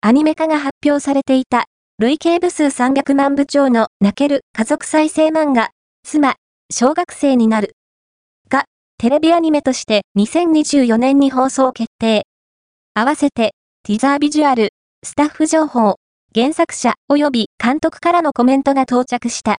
アニメ化が発表されていた、累計部数300万部超の泣ける家族再生漫画、妻、小学生になる。が、テレビアニメとして2024年に放送決定。合わせて、ティザービジュアル、スタッフ情報、原作者及び監督からのコメントが到着した。